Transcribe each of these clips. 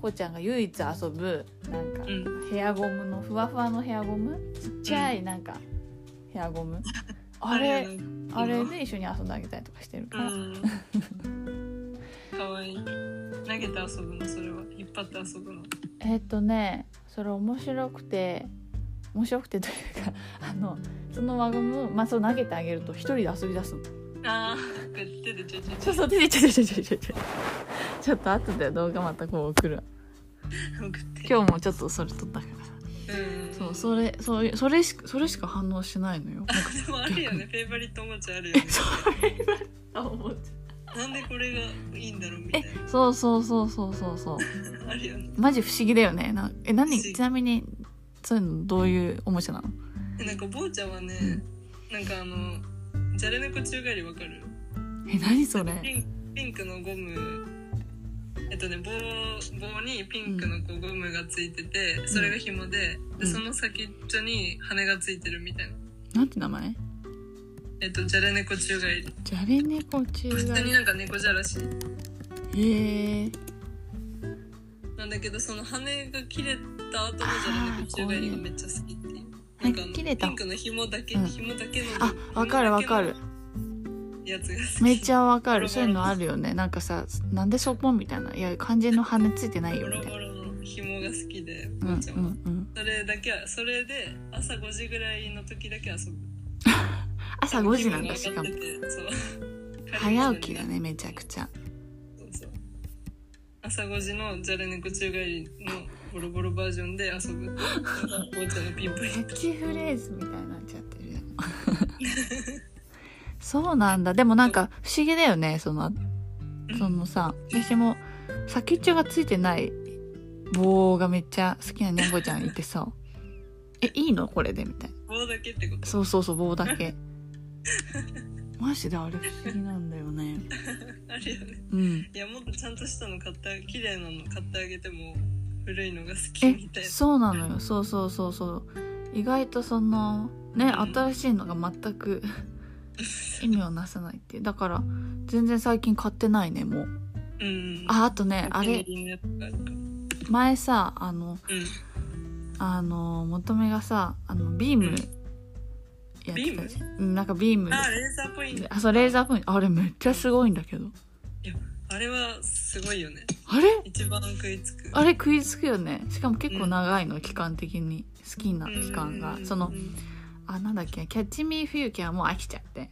ぽちゃんが唯一遊ぶなんかヘアゴムのふわふわのヘアゴム、ちっちゃいなんかヘアゴム、あれで一緒に遊んであげたりとかしてるから、 かわいい。投げて遊ぶの？それは引っ張って遊ぶの？ それ面白くてというかその輪ゴムを、そう投げてあげると一人で遊び出すの。 手でそう手でちょっと後で動画またこう送るわ。今日もちょっとそれ撮ったから、それしか反応しないのよ。 でもあるよね、フェイバリットおもちゃあるよね。 フェイバリットおもちゃなんでこれがいいんだろうみたいな。 そうあるよね。 マジ不思議だよね。ちなみにそういうのどういうおもちゃなの？ なんか坊ちゃんはね、なんかじゃれ猫宙返りわかる？ 何それ？ ピンクのゴム、棒にピンクのゴムがついてて、それが紐で、その先っちょに羽がついてるみたいな。 なんて名前？ じゃれ猫宙返り。 じゃれ猫宙返り。 普通になんか猫じゃらし。なんだけど、その羽が切れた後のじゃれ猫宙返りがめっちゃ好きっていう。なんかピンクの紐だけの。 わかる。 やつが好き。 めっちゃわかる。そういうのあるよね。なんかさ、なんでそこみたいな。いや、肝心の羽ついてないよみたいな。 ボロボロの紐が好きで、坊ちゃんは。それで朝5時ぐらいの時だけ遊ぶ。 朝5時なんだ、しかも。 そう早起きだね、めちゃくちゃ。 そう朝5時のじゃれ猫宙返りのボロボロバージョンで遊ぶ。坊ちゃんのピンポイント。 キャッチフレーズみたいになっちゃってるよ。そうなんだ。でもなんか不思議だよね。そのさ、私も先っちょがついてない棒がめっちゃ好きなにゃんこちゃんいてさ、いいのこれでみたいな。 棒だけってこと？ そう棒だけ。マジであれ不思議なんだよね。 あるよね。いや、もっとちゃんとしたの綺麗なの買ってあげても古いのが好きみたいな。 そうなのよ。そう。意外とそのね、新しいのが全く意味をなさないっていう。だから全然最近買ってないね、もう。あとね、あれ前さ元目がさビームやってたじゃん。なんかビームで、 レーザーポイント。 そうレーザーポイント、あれめっちゃすごいんだけど。 いや、あれはすごいよね。 あれ一番食いつく。 あれ食いつくよね。しかも結構長いの、期間的に好きな期間が、そのなんだっけ、キャッチミーフューキャーも飽きちゃって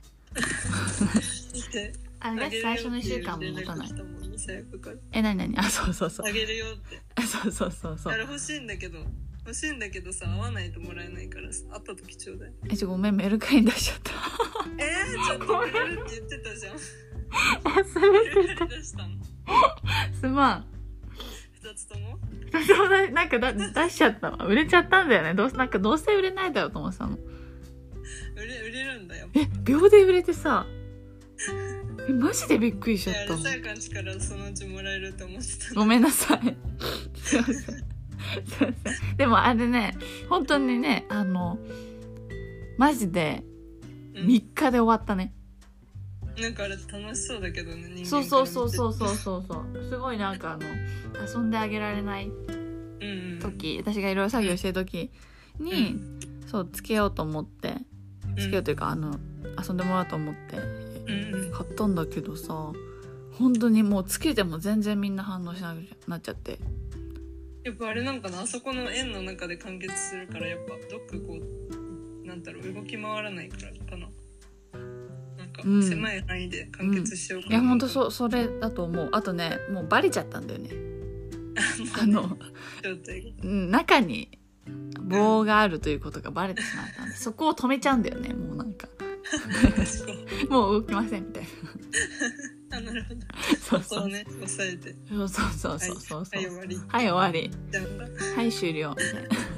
あれが最初の1週間も持たない。何そうあげるよって。 そうあれ欲しいんだけどさ、会わないともらえないからさ、会った時ちょうだい。 ごめん、メルカリに出しちゃったちょっとくれるって言ってたじゃん。 忘れてた。 出したの？ すまん。 2つとも？ なんか出しちゃったわ。売れちゃったんだよね。どうせ売れないだろうと思ってたの。 売れるんだよ。 秒で売れてさ、マジでびっくりしちゃったの。 さやかんちからそのうちもらえると思ってた。 ごめんなさい。すいません。でもあれね、本当にね、マジで3日で終わったね。 なんかあれ楽しそうだけどね、人間から見て。そうすごいなんか遊んであげられない時、私がいろいろ作業してる時に、そうつけようと思って、つけようというか遊んでもらおうと思って買ったんだけどさ、本当にもうつけても全然みんな反応しなくなっちゃって。 やっぱあれなんかな、あそこの円の中で完結するから、やっぱどっかこうなんだろう、動き回らないからかな。なんか狭い範囲で完結しようかな。 いや本当それだと思う。あとね、もうバレちゃったんだよね。中に棒があるということがバレてしまったんで、そこを止めちゃうんだよね。もうなんかもう動きませんみたいな。 なるほど。そうね、押さえて。 そう。 はい終わり。 はい終わり。はい終了みたいな。